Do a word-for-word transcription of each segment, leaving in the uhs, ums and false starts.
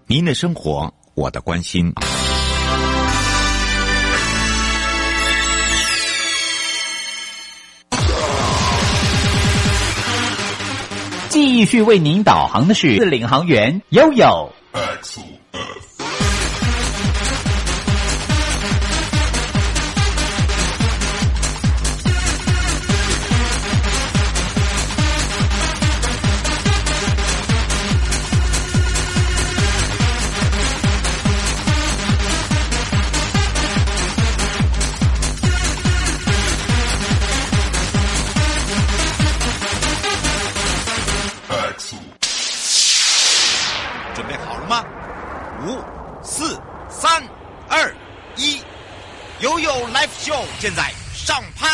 您的生活，我的关心。 继续为您导航的是领航员悠悠。 准备好了吗？五、四、三、二、一，悠悠 Live Show 现在上拍。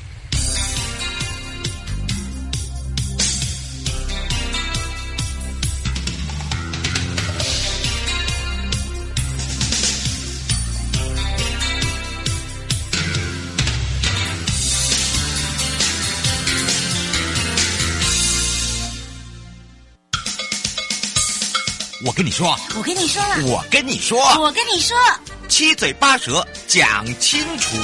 我跟你说， 我跟你说了， 我跟你说， 我跟你说， 七嘴八舌讲清楚。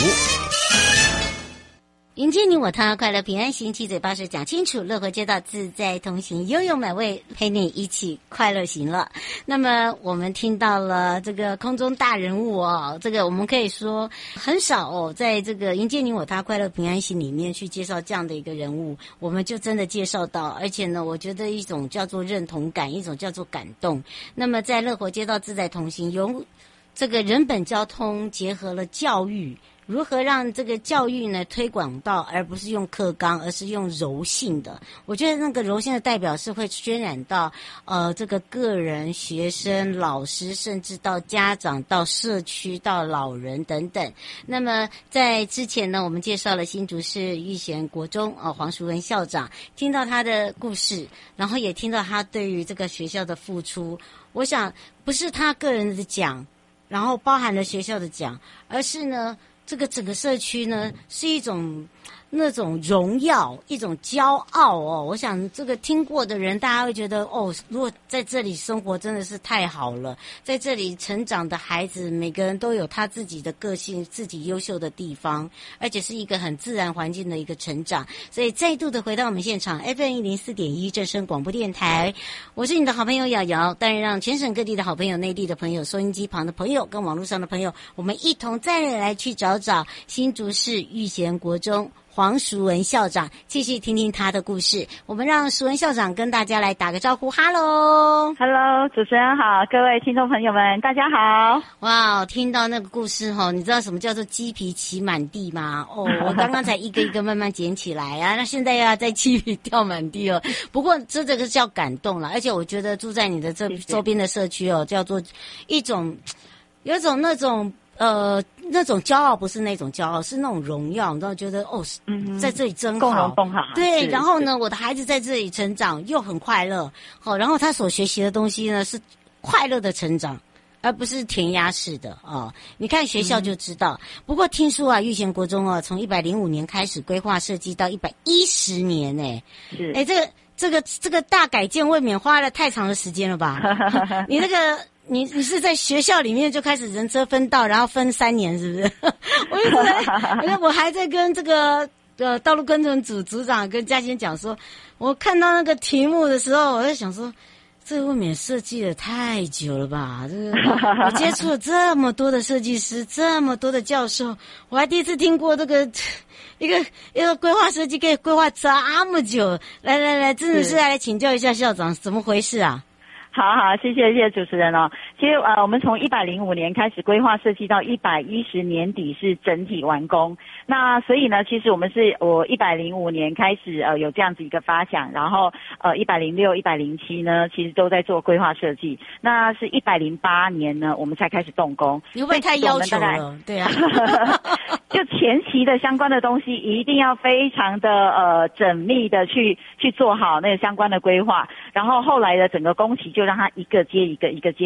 迎接你我他，快乐平安行，七嘴八舌讲清楚，乐活街道自在同行，悠悠美味陪你一起快乐行了。那么我们听到了这个空中大人物哦，这个我们可以说很少哦，在这个迎接你我他快乐平安行里面去介绍这样的一个人物，我们就真的介绍到，而且呢，我觉得一种叫做认同感，一种叫做感动。那么在乐活街道自在同行，有这个人本交通结合了教育。如何让这个教育呢推广到，而不是用课纲，而是用柔性的？我觉得那个柔性的代表是会渲染到呃这个个人、学生、老师，甚至到家长、到社区、到老人等等。那么在之前呢，我们介绍了新竹市玉贤国中啊、呃、黄淑文校长，听到他的故事，然后也听到他对于这个学校的付出。我想不是他个人的奖，然后包含了学校的奖，而是呢。这个整个社区呢，是一种那种荣耀，一种骄傲哦。我想这个听过的人，大家会觉得哦，如果在这里生活真的是太好了，在这里成长的孩子，每个人都有他自己的个性，自己优秀的地方，而且是一个很自然环境的一个成长。所以再度的回到我们现场 F M 一零四点一正声广播电台，我是你的好朋友瑶瑶，当然让全省各地的好朋友、内地的朋友、收音机旁的朋友跟网络上的朋友，我们一同再来去找找新竹市玉贤国中黄淑文校长，继续听听他的故事。我们让淑文校长跟大家来打个招呼。哈喽 Hello， 主持人好，各位听众朋友们，大家好。 哇，听到那个故事哈，你知道什么叫做鸡皮起满地吗？哦，我刚刚才一个一个慢慢捡起来啊，那现在要再鸡皮掉满地哦。不过这这个叫感动了，而且我觉得住在你的这周边的社区哦，叫做一种有一种那种。呃，那种骄傲不是那种骄傲，是那种荣耀，你知道，觉得哦，嗯、在这里真好， 共荣共好。 对，然后呢，我的孩子在这里成长又很快乐，好、哦，然后他所学习的东西呢是快乐的成长，而不是填鸭式的哦。你看学校就知道。嗯、不过听说啊，玉贤国中啊，从一百零五年开始规划设计到一百一十年呢， 是， 哎，这个这个这个大改建未免花了太长的时间了吧？你那个。你你是在学校里面就开始人车分道，然后分三年，是不是？我一直在，我还在跟这个呃道路工程组组长跟嘉欣讲说，我看到那个题目的时候，我在想说，这个未免设计的太久了吧？这个我接触了这么多的设计师，这么多的教授，我还第一次听过这个。一个一个规划设计可以规划这么久，来来来，真的是来请教一下校长，怎么回事啊？ 好好，谢谢谢谢主持人哦。其实呃，我们从一百零五年开始规划设计到一百一十年底是整体完工。那所以呢，其实我们是我一百零五年开始呃有这样子一个发想，然后呃一百零六、一百零七呢，其实都在做规划设计。那是一百零八年呢，我们才开始动工。 你会不会太要求了？对啊。 就前期的相关的东西一定要非常的呃缜密的去去做好那个相关的规划，然后后来的整个工期就让它一个接一个，一个接一个。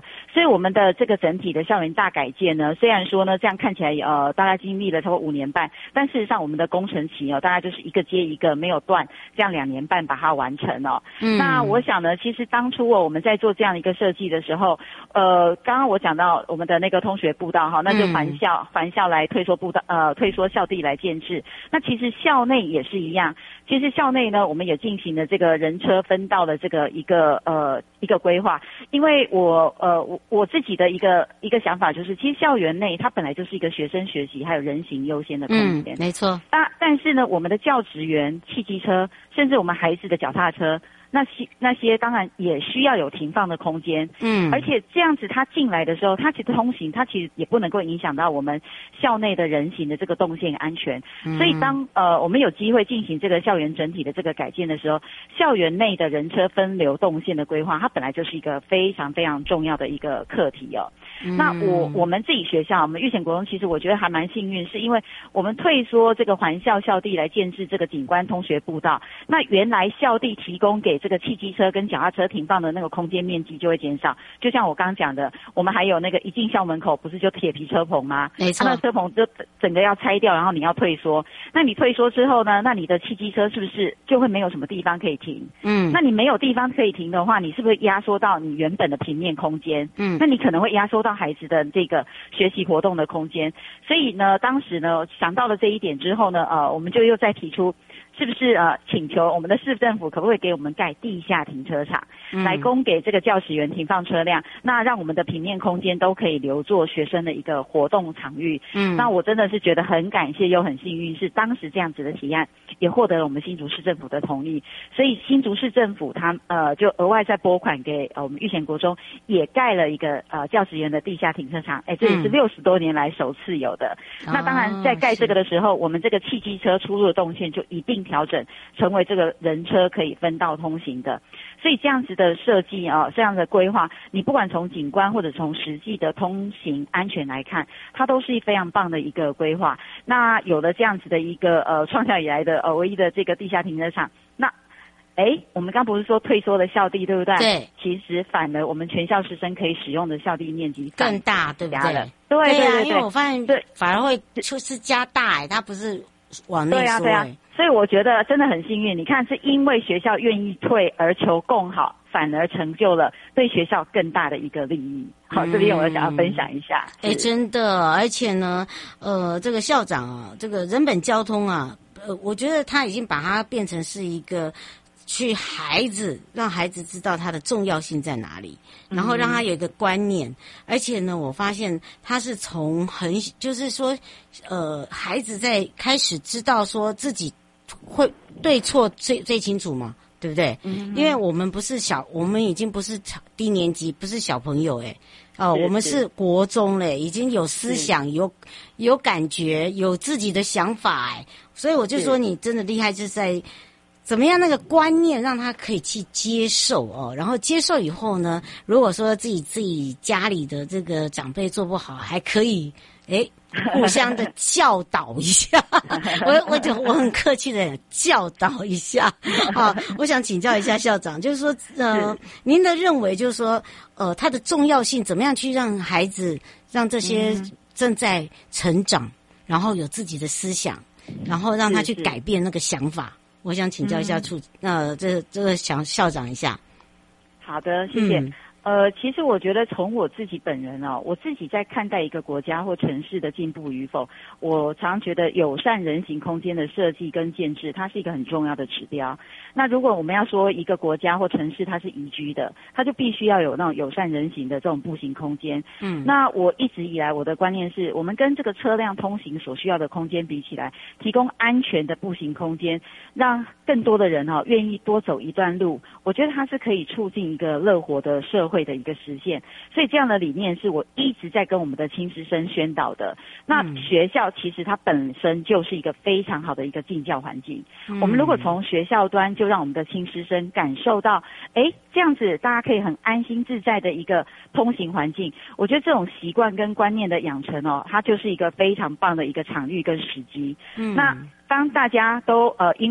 所以我们的这个整体的校园大改建呢，虽然说呢这样看起来呃大概经历了超过五年半，但事实上我们的工程期哦大概就是一个接一个没有断，这样两年半把它完成哦。嗯，那我想呢，其实当初哦我们在做这样的一个设计的时候，呃，刚刚我讲到我们的那个通学步道哈，那就环校环校来退缩步道呃退缩校地来建制。那其实校内也是一样，其实校内呢我们也进行了这个人车分道的这个一个呃一个规划，因为我呃我我自己的一个一个想法就是，其实校园内它本来就是一个学生学习还有人行优先的空间， 嗯，没错。 但但是呢，我们的教职员、汽机车，甚至我们孩子的脚踏车，那些那些当然也需要有停放的空间，嗯，而且这样子他进来的时候，他其实通行，他其实也不能够影响到我们校内的人行的这个动线安全，嗯，所以当呃我们有机会进行这个校园整体的这个改建的时候，校园内的人车分流动线的规划，它本来就是一个非常非常重要的一个课题哦。嗯，那我我们自己学校，我们玉贤国中，其实我觉得还蛮幸运，是因为我们退缩这个环校校地来建制这个景观通学步道，那原来校地提供给这个汽机车跟脚踏车停放的那个空间面积就会减少。就像我刚刚讲的，我们还有那个一进校门口不是就铁皮车棚吗？ 没错， 那车棚就整个要拆掉，然后你要退缩。那你退缩之后呢，那你的汽机车是不是就会没有什么地方可以停？嗯，那你没有地方可以停的话，你是不是压缩到你原本的平面空间？嗯，那你可能会压缩到孩子的这个学习活动的空间。所以呢，当时呢想到了这一点之后呢，呃，我们就又再提出，是不是呃请求我们的市政府可不可以给我们盖地下停车场，嗯，来供给这个教职员停放车辆，那让我们的平面空间都可以留作学生的一个活动场域。嗯，那我真的是觉得很感谢又很幸运，是当时这样子的提案也获得了我们新竹市政府的同意，所以新竹市政府他呃就额外再拨款给呃我们玉贤国中也盖了一个呃教职员的地下停车场，哎，这也是六十多年来首次有的。嗯，那当然在盖这个的时候，我们这个汽机车出入的动线就一定调整成为这个人车可以分道通行的。所以这样子的设计啊，这样的规划，你不管从景观或者从实际的通行安全来看，它都是非常棒的一个规划。那有了这样子的一个呃创校以来的呃唯一的这个地下停车场，那哎，我们刚不是说退缩的校地，对不对？ 对， 其实反而我们全校师生可以使用的校地面积更大，对不对？ 对对对啊， 对， 因为我发现对反而会就是加大，哎，它不是往内缩， 对啊对啊。所以我觉得真的很幸运，你看是因为学校愿意退而求共好，反而成就了对学校更大的一个利益。好，这边我想要分享一下。 哎，真的，而且呢，呃，这个校长啊，这个人本交通啊，呃，我觉得他已经把它变成是一个去孩子让孩子知道它的重要性在哪里，然后让他有一个观念。嗯，而且呢，我发现他是从很就是说，呃，孩子在开始知道说自己会对错最最清楚嘛，对不对？嗯，因为我们不是小，我们已经不是低年级，不是小朋友哎，哦，我们是国中嘞，已经有思想，有有感觉，有自己的想法哎，所以我就说你真的厉害，就是在怎么样那个观念让他可以去接受哦，然后接受以后呢，如果说自己自己家里的这个长辈做不好，还可以诶互相的教导一下。我我就我很客气的教导一下啊，我想请教一下校长，就是说呃，您的认为就是说呃，它的重要性怎么样去让孩子让这些正在成长，然后有自己的思想，然后让他去改变那个想法。我想请教一下处，呃，这这个想校长一下。 好的，谢谢。嗯呃，其实我觉得从我自己本人哦，我自己在看待一个国家或城市的进步与否，我常觉得友善人行空间的设计跟建制，它是一个很重要的指标。那如果我们要说一个国家或城市它是宜居的，它就必须要有那种友善人行的这种步行空间。嗯，那我一直以来我的观念是，我们跟这个车辆通行所需要的空间比起来，提供安全的步行空间，让更多的人哦愿意多走一段路，我觉得它是可以促进一个乐活的社会的一个实现。所以这样的理念是我一直在跟我们的亲师生宣导的。那学校其实它本身就是一个非常好的一个敬教环境。嗯，我们如果从学校端就让我们的亲师生感受到，诶，这样子大家可以很安心自在的一个通行环境，我觉得这种习惯跟观念的养成哦，它就是一个非常棒的一个场域跟时机。嗯，那当大家都呃因为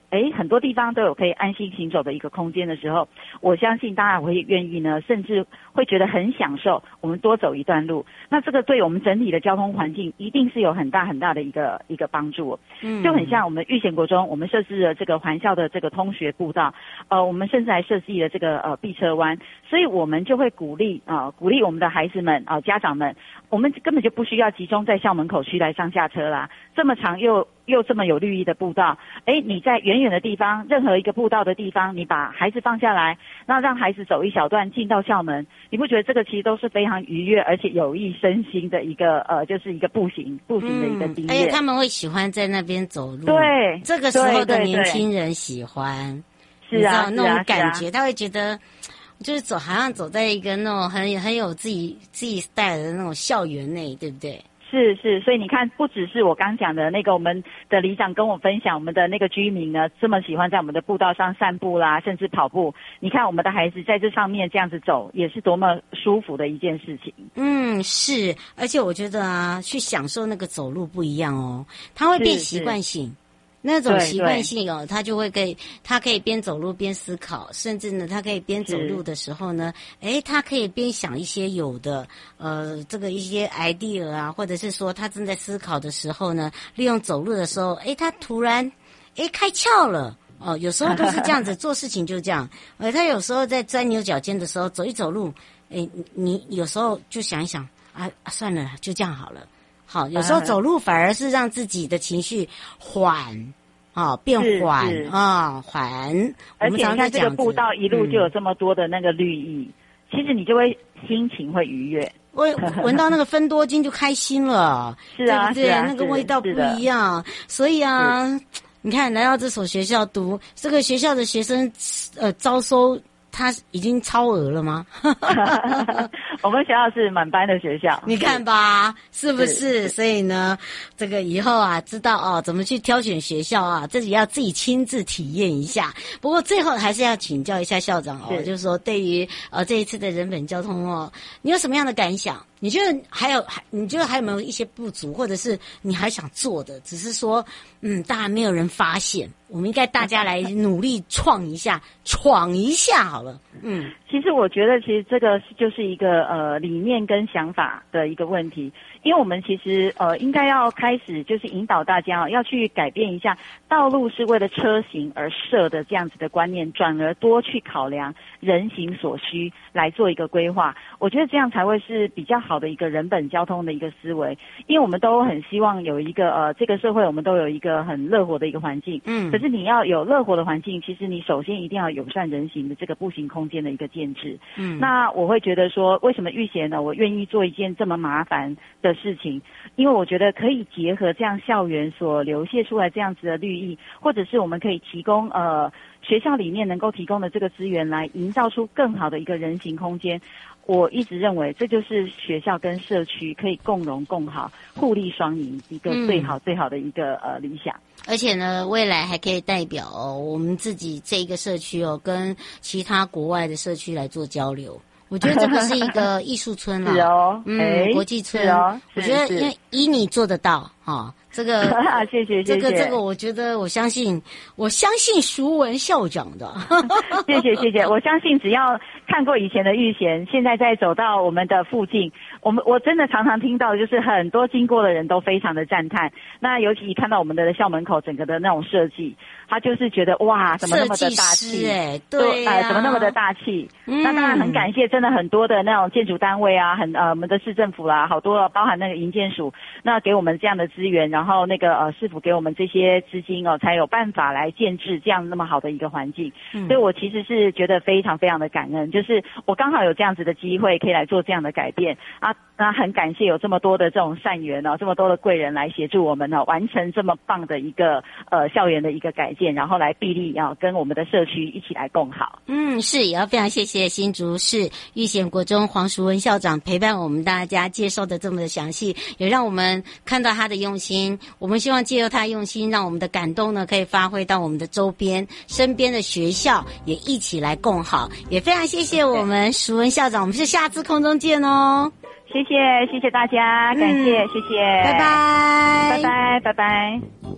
诶，很多地方都有可以安心行走的一个空间的时候，我相信大家会愿意呢，甚至会觉得很享受我们多走一段路。那这个对我们整体的交通环境一定是有很大很大的一个一个帮助。嗯，就很像我们玉贤国中，我们设置了这个环校的这个通学步道，呃，我们甚至还设计了这个呃避车弯，所以我们就会鼓励啊、呃，鼓励我们的孩子们啊、呃，家长们，我们根本就不需要集中在校门口区来上下车啦，这么长又又这么有绿意的步道，诶，你在远远的地方，任何一个步道的地方，你把孩子放下来，那让孩子走一小段进到校门，你不觉得这个其实都是非常愉悦而且有益身心的一个呃，就是一个步行步行的一个经验。 而且他们会喜欢在那边走路。 对， 这个时候的年轻人喜欢， 是啊， 你知道那种感觉，他会觉得。就是走，好像走在一个那种很很有自己自己 style 的那种校园内，对不对？ 是是，所以你看，不只是我刚讲的那个我们的里长跟我分享，我们的那个居民呢这么喜欢在我们的步道上散步啦，甚至跑步。你看我们的孩子在这上面这样子走，也是多么舒服的一件事情。 嗯，是，而且我觉得啊，去享受那个走路不一样哦，它会变习惯性。那种习惯性哦，他就会可以，他可以边走路边思考，甚至呢，他可以边走路的时候呢，诶，他可以边想一些有的呃，这个一些 idea 啊，或者是说他正在思考的时候呢，利用走路的时候，诶，他突然诶开窍了。哦，有时候都是这样子，做事情就这样。呃，他有时候在钻牛角尖的时候，走一走路，诶，你有时候就想一想啊，算了，就这样好了。好，有时候走路反而是让自己的情绪缓，啊、哦，变缓啊，缓、哦。 而且你看这个步道一路就有这么多的那个绿意，嗯、其实你就会心情会愉悦。 我闻到那个芬多精就开心了， 是啊， 对不对？ 啊、 那个味道不一样，所以啊，你看来到这所学校读，这个学校的学生呃招收。他已经超额了吗？ 我们学校是满班的学校， 你看吧，是不是？所以呢，这个以后啊，知道哦怎么去挑选学校啊，自己要自己亲自体验一下。不过最后还是要请教一下校长哦，是就是说对于呃这一次的人本交通哦，你有什么样的感想？你觉得还有还你觉得还有没有一些不足，或者是你还想做的？只是说，嗯，大家没有人发现，我们应该大家来努力创一下，闯一下好了。嗯， 其实我觉得，其实这个就是一个呃理念跟想法的一个问题，因为我们其实呃应该要开始就是引导大家哦，要去改变一下道路是为了车行而设的这样子的观念，转而多去考量人行所需来做一个规划。我觉得这样才会是比较好的一个人本交通的一个思维，因为我们都很希望有一个呃这个社会我们都有一个很乐活的一个环境，嗯，可是你要有乐活的环境，其实你首先一定要友善人行的这个步行空间的一个建制，嗯，那我会觉得说，为什么玉贤呢？我愿意做一件这么麻烦的事情，因为我觉得可以结合这样校园所流泻出来这样子的绿意，或者是我们可以提供呃学校里面能够提供的这个资源来营造出更好的一个人行空间。我一直认为这就是学校跟社区可以共荣共好、互利双赢一个最好、嗯、最好的一个呃理想。 而且呢，未来还可以代表、哦、我们自己这一个社区哦，跟其他国外的社区来做交流。我觉得这个是一个艺术村了， 是哦， 嗯， 欸、 国际村。 是哦， 我觉得因为以你做得到哈、哦，这个谢谢谢谢， 这个这个，我觉得我相信，我相信淑文校长的。 谢谢谢谢，我相信只要看过以前的玉贤，现在再走到我们的附近，我们我真的常常听到，就是很多经过的人都非常的赞叹。那尤其看到我们的校门口整个的那种设计，他就是觉得哇，怎么那么的大气？ 哎，对啊、呃，怎么那么的大气？嗯、那当然很感谢，真的很多的那种建筑单位啊，很呃我们的市政府啦、啊，好多包含那个营建署，那给我们这样的资源，然后那个呃市府给我们这些资金哦，才有办法来建制这样那么好的一个环境。嗯、所以我其实是觉得非常非常的感恩，就是我刚好有这样子的机会可以来做这样的改变啊，那很感谢有这么多的这种善缘哦，这么多的贵人来协助我们呢、哦，完成这么棒的一个呃校园的一个改建，然后来砥砺啊跟我们的社区一起来共好。 嗯，是，也要非常谢谢新竹市玉贤国中黄淑文校长陪伴我们大家介绍的这么的详细，也让我们看到他的用心。我们希望借由他的用心，让我们的感动呢可以发挥到我们的周边身边的学校，也一起来共好。也非常谢谢我们淑文校长，我们是下次空中见哦。 谢谢谢谢大家，感谢、嗯、谢谢， 拜拜拜拜拜拜。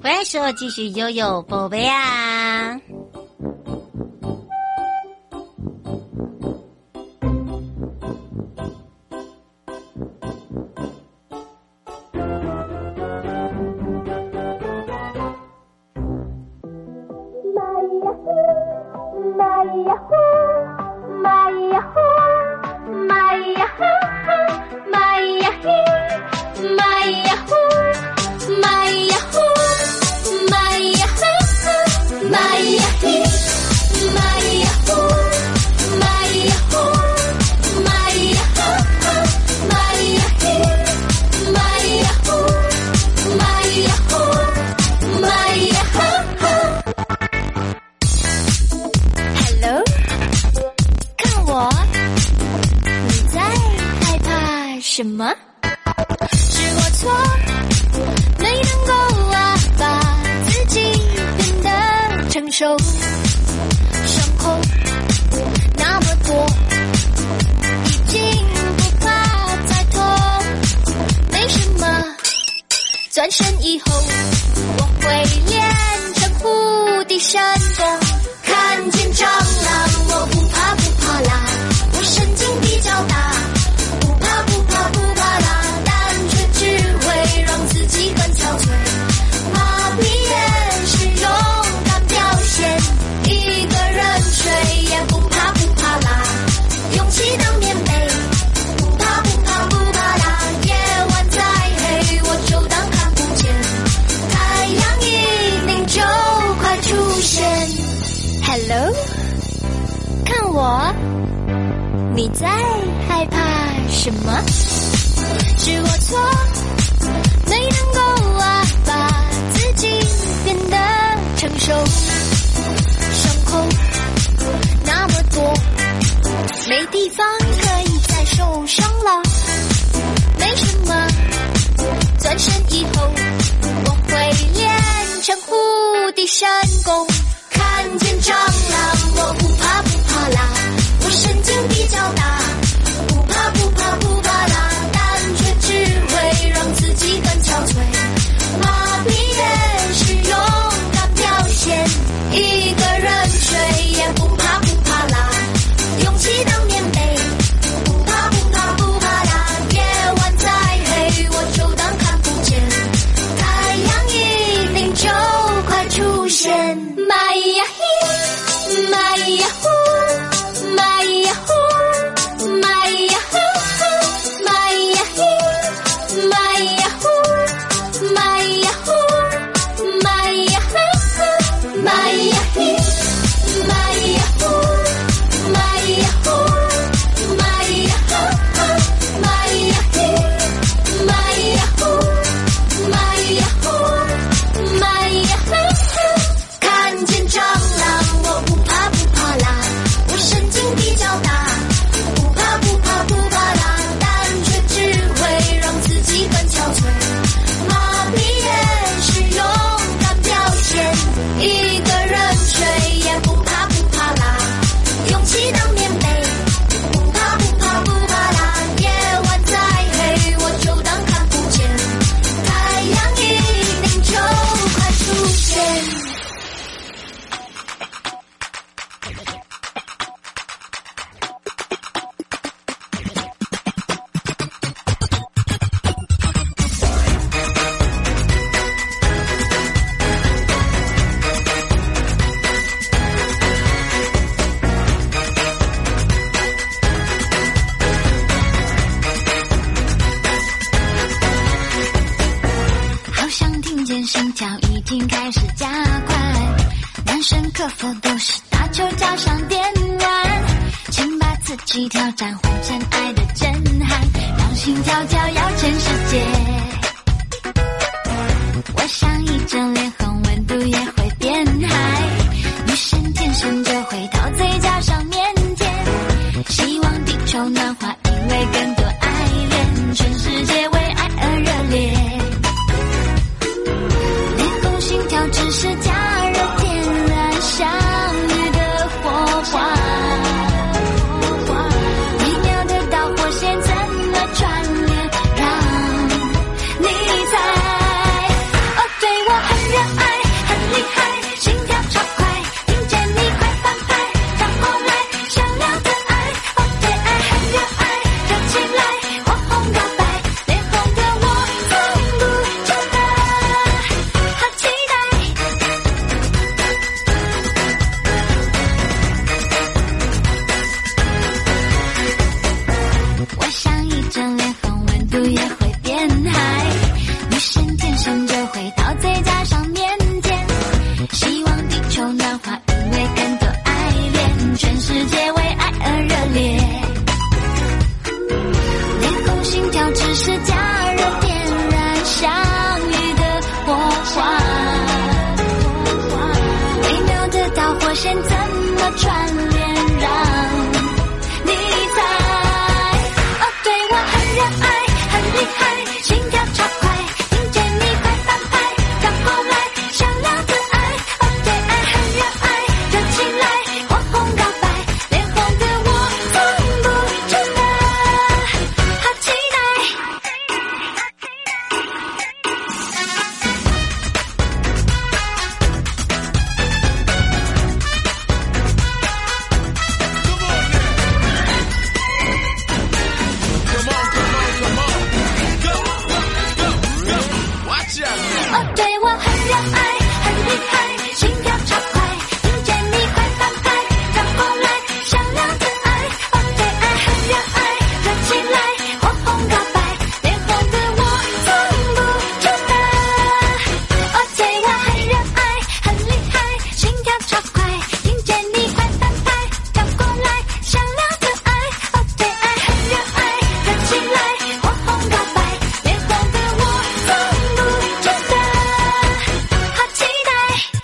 回来时候继续悠悠宝贝啊。 什么？是我错，没能够啊把自己变得成熟，伤口那么多，已经不怕再痛，没什么。转身以后，我会练成无敌神功，看见蟑螂我不怕不怕啦，我神经比较大。不怕不怕啦，但却只会让自己更憔悴。麻痹也是勇敢表现，一个人睡也不怕不怕啦，勇气当棉被。不怕不怕不怕啦，夜晚再黑我就当看不见，太阳一定就快出现。Hello， 看我，你在害怕什么？是我错，没能够啊把自己变得成熟，伤口那么多，没地方可以再受伤了，没什么。转身以后，我会练成无敌神功，看见蟑螂我不怕不怕啦，我神经比较大。不怕不怕不怕啦，但却只会让自己更憔悴。麻痹也是勇敢表现，一个人睡也不怕不怕啦，勇气当棉被。不怕不怕不怕啦，夜晚再黑我就当看不见，太阳一定就快出现。玛呀嘿，玛呀呼，玛呀呼。心跳已经开始加快，男生可否都是打球加上电玩，请把自己挑战换成爱的震撼，让心跳跳要全世界。我想一整脸红，温度也会变嗨，女生天生就会陶醉加上腼腆，希望地球暖化，因为更多爱恋，全世界为爱而热烈。心跳只是加热天然相遇的火花，微妙的导火线怎么串联，让你猜。哦，对我很热爱。 上脸红，温度也会变嗨。女生天生就会陶醉，加上腼腆，希望地球暖化，因为更多爱恋，全世界为爱而热烈。脸红心跳只是加热，点燃相遇的火花。微妙的导火线怎么串联，让你猜。哦，对，我很热爱，很厉害，心跳超快，听见你快翻拍，赶过来，想要的爱。哦，对，爱很热爱，热起来，火红告白，脸红的我从不知道，好期待。哦，对，我很热爱，很厉害，心跳超快，听见你快翻拍，赶过来，想要的爱。哦，对，爱很热爱，热起来，火红告白，脸红的我从不知道。哦，对，我很热爱，很厉害，心跳超快，听见你快翻拍，赶过来，想要的爱。哦，对，爱很热爱，热起来，火红告白，脸红的我从不知道，好期待。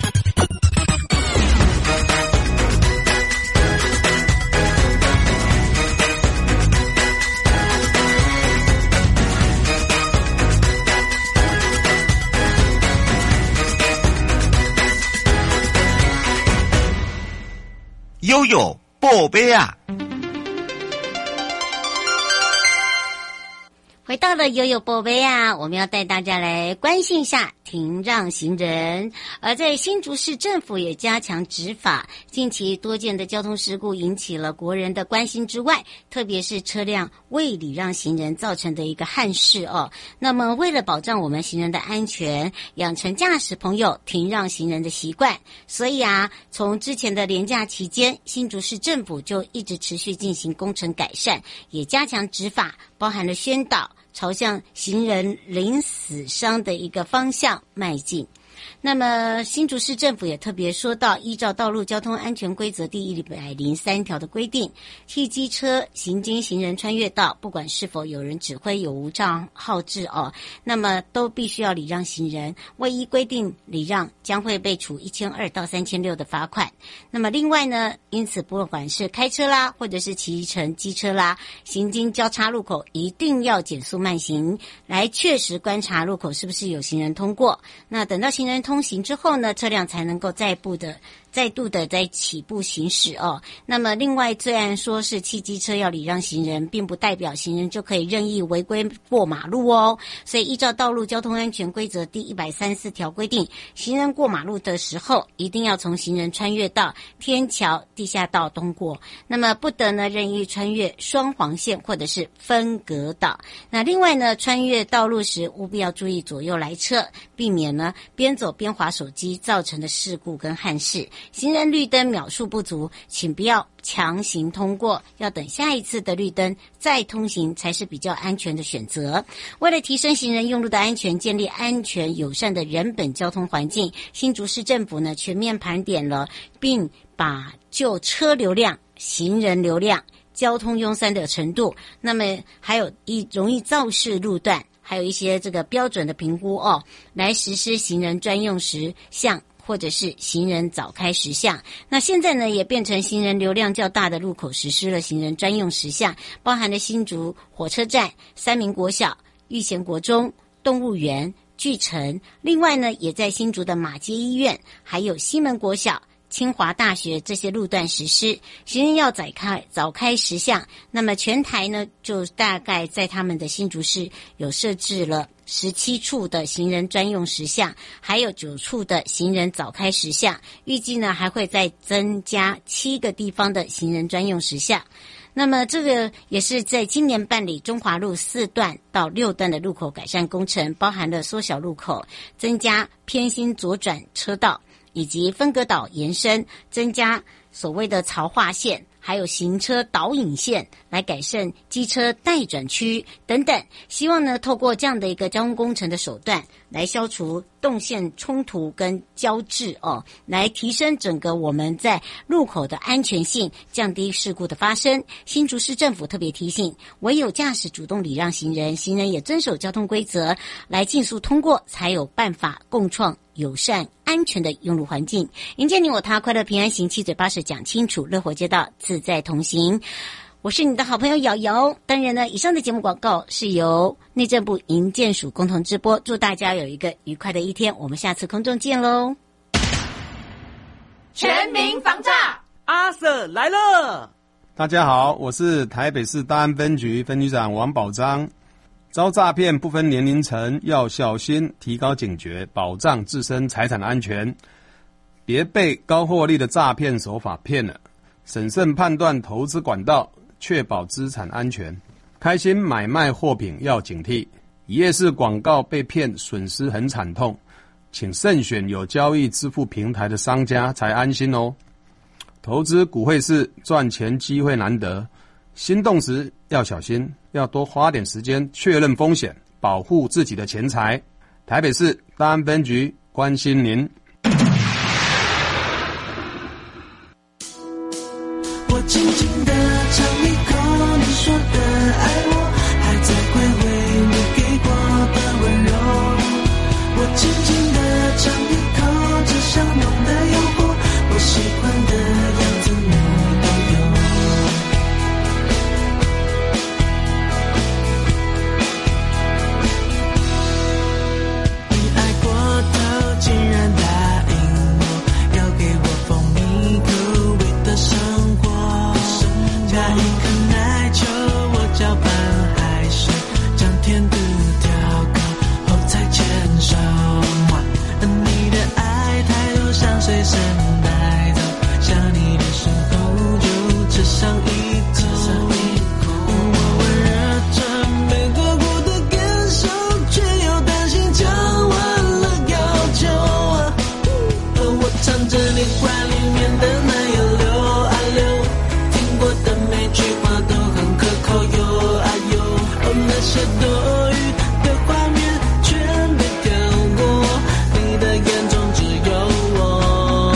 悠悠宝贝啊！ 回到了悠悠宝贝啊，我们要带大家来关心一下停让行人。而在新竹市政府也加强执法，近期多件的交通事故引起了国人的关心之外，特别是车辆未礼让行人造成的一个憾事哦。那么为了保障我们行人的安全，养成驾驶朋友停让行人的习惯，所以啊，从之前的连假期间，新竹市政府就一直持续进行工程改善，也加强执法，包含了宣导，朝向行人零死伤的一个方向迈进。那么新竹市政府也特别说到，依照道路交通安全规则第一百零三条的规定，汽机车行经行人穿越道，不管是否有人指挥有无障号志哦，那么都必须要礼让行人，未依规定礼让将会被处一千二到三千六的罚款。那么另外呢，因此不管是开车啦，或者是骑乘机车啦，行经交叉路口一定要减速慢行，来确实观察路口是不是有行人通过。那等到行人通行之后呢，车辆才能够再步的再度的在起步行驶哦。那么另外，虽然说是汽机车要礼让行人，并不代表行人就可以任意违规过马路哦。所以依照道路交通安全规则第一百三十四条规定，行人过马路的时候，一定要从行人穿越道、天桥、地下道通过，那么不得呢任意穿越双黄线或者是分隔岛。那另外呢，穿越道路时务必要注意左右来车，避免呢边走边滑手机造成的事故跟憾事。行人绿灯秒数不足，请不要强行通过，要等下一次的绿灯再通行才是比较安全的选择。为了提升行人用路的安全，建立安全友善的人本交通环境，新竹市政府呢全面盘点了，并把就车流量、行人流量、交通拥塞的程度，那么还有一容易肇事路段，还有一些这个标准的评估哦，来实施行人专用时项或者是行人早开时项。那现在呢，也变成行人流量较大的路口实施了行人专用时项，包含了新竹火车站、三民国小、玉贤国中、动物园、巨城。另外呢，也在新竹的马偕医院，还有西门国小、清华大学这些路段实施行人要早开早开时项。那么全台呢，就大概在他们的新竹市有设置了十七处的行人专用时项，还有九处的行人早开时项，预计呢还会再增加七个地方的行人专用时项。那么这个也是在今年办理中华路四段到六段的路口改善工程，包含了缩小路口、增加偏心左转车道，以及分隔岛延伸、增加所谓的槽化线， 还有行车导引线，来改善机车待转区等等。希望呢，透过这样的一个交通工程的手段，来消除动线冲突跟交织哦，来提升整个我们在路口的安全性，降低事故的发生。新竹市政府特别提醒，唯有驾驶主动礼让行人，行人也遵守交通规则，来尽速通过，才有办法共创友善安全的用路环境，迎接你我他，快乐平安行，七嘴八舌讲清楚，乐活街道自在同行。我是你的好朋友瑶瑶。当然呢，以上的节目广告是由内政部营建署共同直播，祝大家有一个愉快的一天，我们下次空中见喽。 全民防诈， 阿 Sir 来了。 大家好，我是台北市大安分局分局长王宝章。遭诈骗不分年龄层，要小心，提高警觉，保障自身财产安全，别被高获利的诈骗手法骗了。审慎判断投资管道，确保资产安全。开心买卖货品要警惕，一页式广告被骗，损失很惨痛，请慎选有交易支付平台的商家才安心哦。投资股汇市赚钱机会难得，心动时要小心，要多花点时间确认风险，保护自己的钱财。台北市大安分局关心您。 我轻轻地尝一口你说的爱我，还在回味你给过的温柔。我轻轻地尝一口这香浓的诱惑，我喜欢的样子你都有。你爱过头，竟然答应我要给我蜂蜜口味的生活。加一颗奶球，我搅拌海水，将甜度调高后才牵手。你的爱太多，想随身带走，想你的时候就吃上一口。我温热着没做过的感受，却又担心讲完了要求。我唱着你怀里面的奶油流啊流，听过的每句话都很可口哟啊哟。哦，那些多余的画面全被跳过，你的眼中只有我。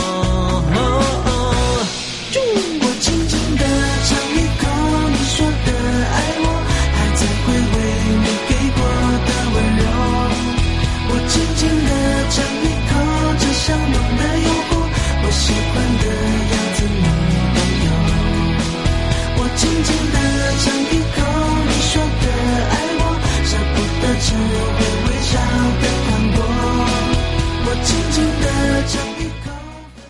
我轻轻地尝一口你说的爱我，还在回味你给过的温柔。我轻轻地尝一口这香浓的诱惑，我喜欢的样子你都有。我轻轻地尝一口你说的爱我，舍不得吃